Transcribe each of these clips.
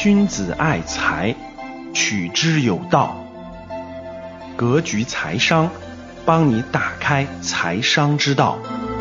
君子爱财，取之有道。格局财商，帮你打开财商之道。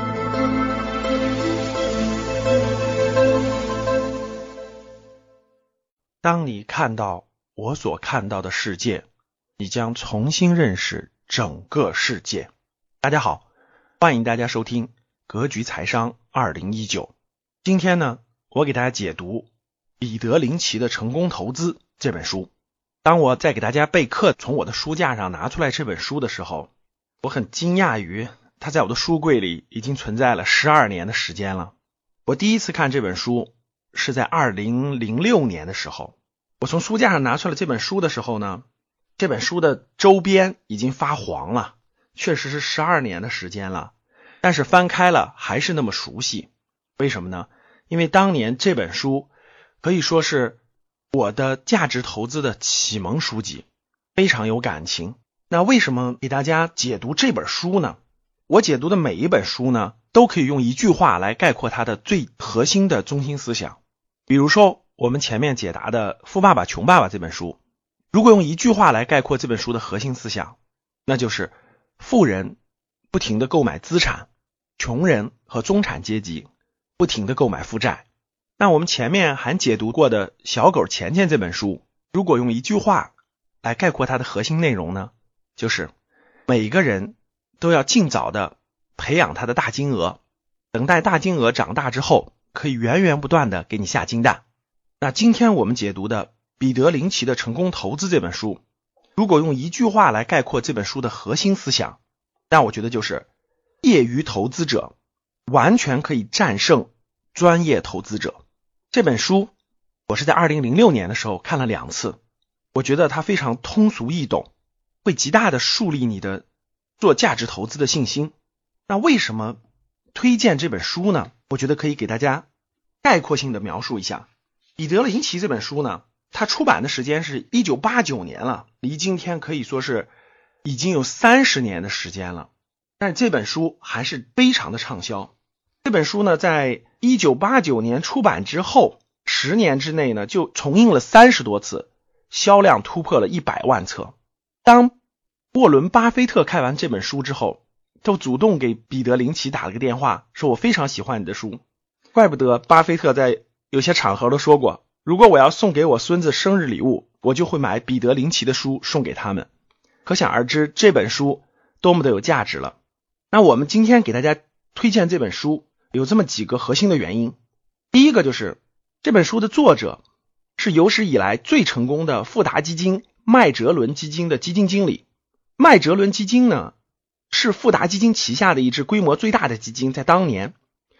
当你看到我所看到的世界，你将重新认识整个世界。大家好，欢迎大家收听格局财商2019。今天呢，我给大家解读彼得林奇的成功投资这本书。当我在给大家备课从我的书架上拿出来这本书的时候，我很惊讶于它在我的书柜里已经存在了12年的时间了。我第一次看这本书是在2006年的时候，我从书架上拿出来这本书的时候呢，这本书的周边已经发黄了，确实是12年的时间了，但是翻开了还是那么熟悉。为什么呢？因为当年这本书可以说是我的价值投资的启蒙书籍，非常有感情。那为什么给大家解读这本书呢？我解读的每一本书呢，都可以用一句话来概括它的最核心的中心思想。比如说我们前面解答的《富爸爸穷爸爸》这本书，如果用一句话来概括这本书的核心思想，那就是富人不停地购买资产，穷人和中产阶级不停地购买负债。那我们前面还解读过的《小狗钱钱》这本书，如果用一句话来概括它的核心内容呢，就是每个人都要尽早的培养他的大金额，等待大金额长大之后，可以源源不断的给你下金蛋。那今天我们解读的彼得林奇的成功投资这本书，如果用一句话来概括这本书的核心思想，那我觉得就是业余投资者完全可以战胜专业投资者。这本书我是在2006年的时候看了2次，我觉得它非常通俗易懂，会极大的树立你的做价值投资的信心。那为什么推荐这本书呢？我觉得可以给大家概括性的描述一下。彼得林奇这本书呢，它出版的时间是1989年了，离今天可以说是已经有30年的时间了，但是这本书还是非常的畅销。这本书呢，在1989年出版之后10年之内呢，就重印了30多次，销量突破了100万册。当沃伦巴菲特看完这本书之后，都主动给彼得林奇打了个电话，说我非常喜欢你的书。怪不得巴菲特在有些场合都说过，如果我要送给我孙子生日礼物，我就会买彼得林奇的书送给他们。可想而知这本书多么的有价值了。那我们今天给大家推荐这本书有这么几个核心的原因。第一个就是这本书的作者是有史以来最成功的富达基金麦哲伦基金的基金经理。麦哲伦基金呢，是富达基金旗下的一支规模最大的基金。在当年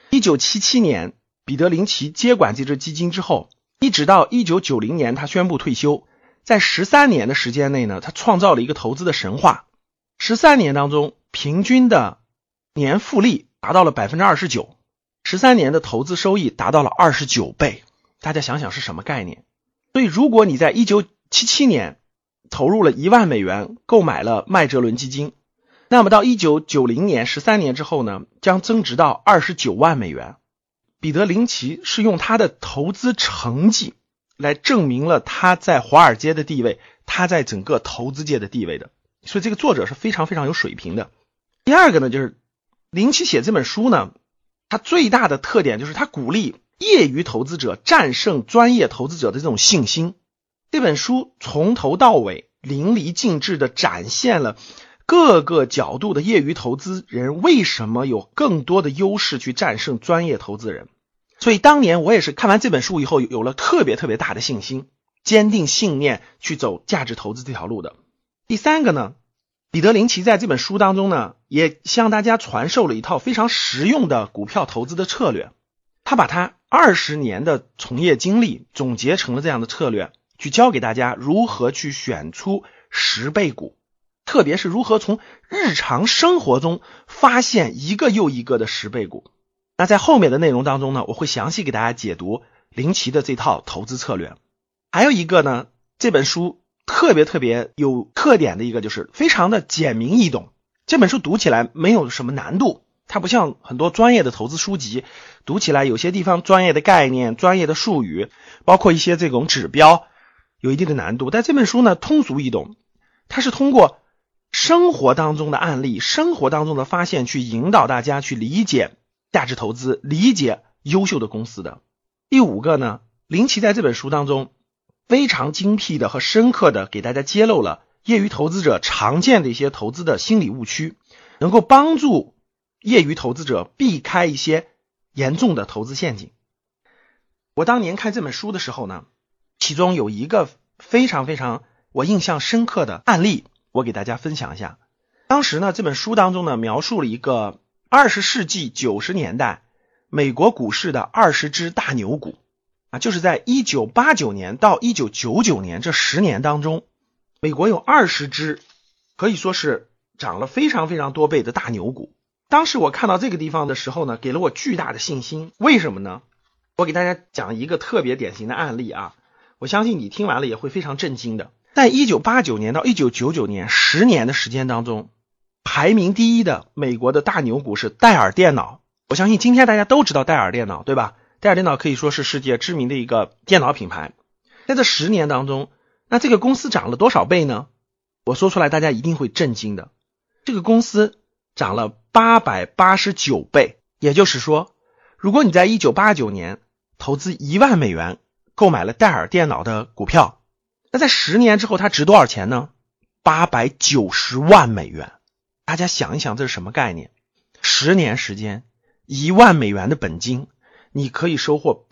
1977年彼得林奇接管这支基金之后，一直到1990年他宣布退休，在13年的时间内呢，他创造了一个投资的神话。13年当中平均的年复利达到了 29%， 13年的投资收益达到了29倍。大家想想是什么概念？所以如果你在1977年投入了1万美元购买了麦哲伦基金，那么到1990年13年之后呢，将增值到29万美元。彼得林奇是用他的投资成绩来证明了他在华尔街的地位，他在整个投资界的地位的。所以这个作者是非常非常有水平的。第二个呢，就是林奇写这本书呢，他最大的特点就是他鼓励业余投资者战胜专业投资者的这种信心。这本书从头到尾淋漓尽致地展现了各个角度的业余投资人为什么有更多的优势去战胜专业投资人。所以当年我也是看完这本书以后有了特别大的信心，坚定信念去走价值投资这条路的。第三个呢，彼得林奇在这本书当中呢，也向大家传授了一套非常实用的股票投资的策略。他把他20年的从业经历总结成了这样的策略，去教给大家如何去选出10倍股，特别是如何从日常生活中发现一个又一个的10倍股。那在后面的内容当中呢，我会详细给大家解读林奇的这套投资策略。还有一个呢，这本书特别有特点的一个就是非常的简明易懂。这本书读起来没有什么难度， 它不像很多专业的投资书籍，读起来有些地方专业的概念、专业的术语，包括一些这种指标，有一定的难度。但这本书呢，通俗易懂，它是通过生活当中的案例、生活当中的发现去引导大家去理解价值投资，理解优秀的公司的。第5个呢，林奇在这本书当中非常精辟的和深刻的给大家揭露了业余投资者常见的一些投资的心理误区，能够帮助业余投资者避开一些严重的投资陷阱。我当年看这本书的时候呢，其中有一个非常我印象深刻的案例，我给大家分享一下。当时呢，这本书当中呢，描述了一个20世纪90年代美国股市的20只大牛股就是在1989年到1999年这10年当中，美国有20只可以说是涨了非常多倍的大牛股。当时我看到这个地方的时候呢，给了我巨大的信心。为什么呢？我给大家讲一个特别典型的案例我相信你听完了也会非常震惊的。在1989年到1999年10年的时间当中，排名第一的美国的大牛股是戴尔电脑。我相信今天大家都知道戴尔电脑，对吧？戴尔电脑可以说是世界知名的一个电脑品牌。在这10年当中，那这个公司涨了多少倍呢？我说出来大家一定会震惊的。这个公司涨了889倍，也就是说，如果你在1989年投资1万美元购买了戴尔电脑的股票，那在10年之后它值多少钱呢？890万美元。大家想一想这是什么概念？10年时间，1万美元的本金，你可以收获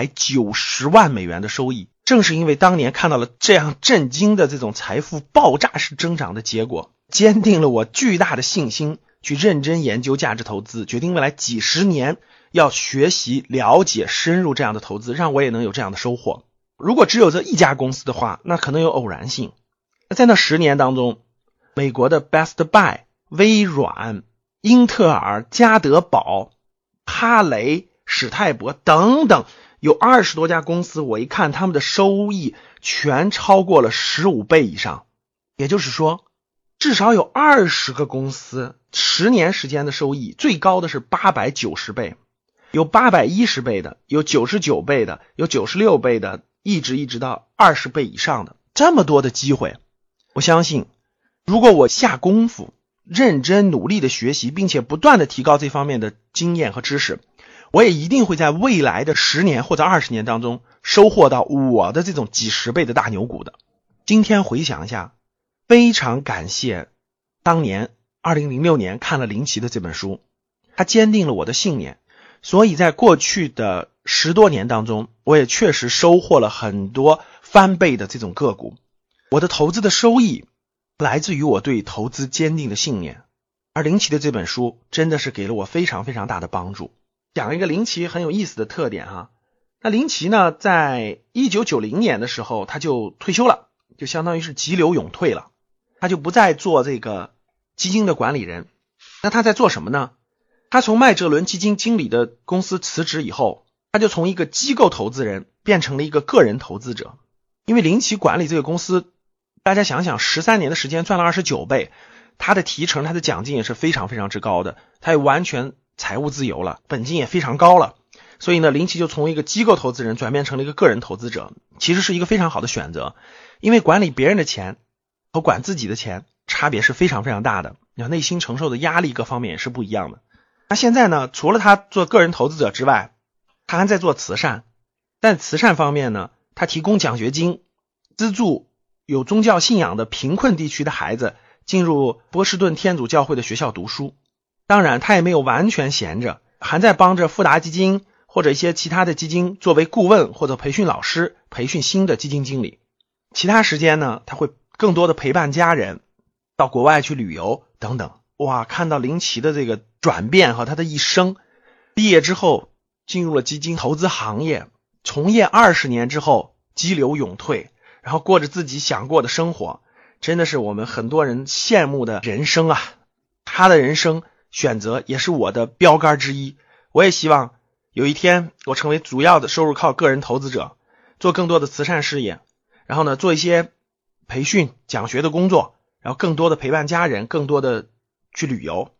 890万美元的收益。正是因为当年看到了这样震惊的这种财富爆炸式增长的结果，坚定了我巨大的信心，去认真研究价值投资，决定未来几十年要学习、了解、深入这样的投资，让我也能有这样的收获。如果只有这一家公司的话，那可能有偶然性。在那10年当中，美国的 Best Buy、微软、英特尔、加德堡、哈雷、史泰博等等，有20多家公司，我一看他们的收益全超过了15倍以上。也就是说，至少有20个公司10年时间的收益最高的是890倍，有810倍的，有99倍的，有96倍的，一直到20倍以上的，这么多的机会。我相信如果我下功夫认真努力的学习，并且不断的提高这方面的经验和知识，我也一定会在未来的10年或者20年当中收获到我的这种几十倍的大牛股的。今天回想一下，非常感谢当年2006年看了林奇的这本书，它坚定了我的信念，所以在过去的10多年当中，我也确实收获了很多翻倍的这种个股。我的投资的收益来自于我对投资坚定的信念，而林奇的这本书真的是给了我非常大的帮助。讲一个林奇很有意思的特点那林奇呢，在1990年的时候他就退休了，就相当于是急流勇退了，他就不再做这个基金的管理人。那他在做什么呢？他从麦哲伦基金经理的公司辞职以后，他就从一个机构投资人变成了一个个人投资者。因为林奇管理这个公司，大家想想13年的时间赚了29倍，他的提成他的奖金也是非常之高的，他也完全财务自由了，本金也非常高了。所以呢，林奇就从一个机构投资人转变成了一个个人投资者，其实是一个非常好的选择。因为管理别人的钱和管自己的钱差别是非常大的，内心承受的压力各方面也是不一样的。那现在呢，除了他做个人投资者之外，他还在做慈善。在慈善方面呢，他提供奖学金，资助有宗教信仰的贫困地区的孩子进入波士顿天主教会的学校读书。当然他也没有完全闲着，还在帮着富达基金或者一些其他的基金作为顾问或者培训老师，培训新的基金经理。其他时间呢，他会更多的陪伴家人，到国外去旅游等等。哇，看到林奇的这个转变和他的一生，毕业之后进入了基金投资行业，从业20年之后激流勇退，然后过着自己想过的生活，真的是我们很多人羡慕的人生他的人生选择也是我的标杆之一。我也希望有一天我成为主要的收入靠个人投资者，做更多的慈善事业，然后呢做一些培训讲学的工作，然后更多的陪伴家人，更多的去旅游。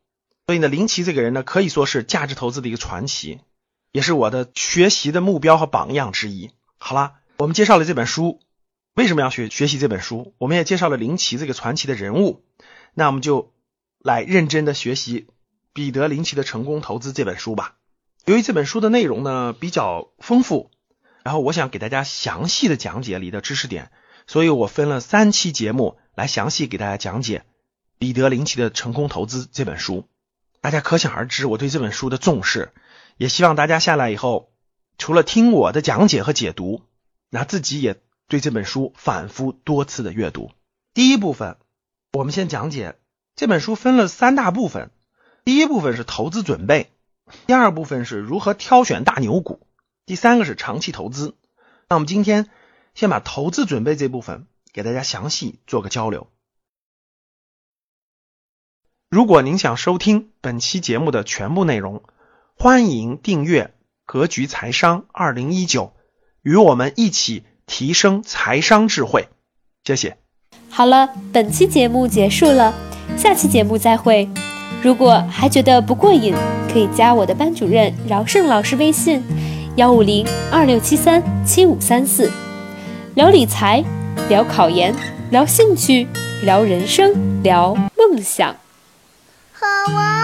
所以呢，林奇这个人呢，可以说是价值投资的一个传奇，也是我的学习的目标和榜样之一。好了，我们介绍了这本书，为什么要学习这本书？我们也介绍了林奇这个传奇的人物，那我们就来认真的学习彼得林奇的成功投资这本书吧。由于这本书的内容呢比较丰富，然后我想给大家详细的讲解里的知识点，所以我分了3期节目来详细给大家讲解彼得林奇的成功投资这本书。大家可想而知我对这本书的重视，也希望大家下来以后除了听我的讲解和解读，那自己也对这本书反复多次的阅读。第一部分我们先讲解这本书分了3大部分，第一部分是投资准备，第二部分是如何挑选大牛股，第3个是长期投资。那我们今天先把投资准备这部分给大家详细做个交流。如果您想收听本期节目的全部内容，欢迎订阅格局财商2019，与我们一起提升财商智慧。谢谢。 好了，本期节目结束了，下期节目再会。如果还觉得不过瘾，可以加我的班主任饶胜老师微信15026737534，聊理财，聊考研，聊兴趣，聊人生，聊梦想。 和我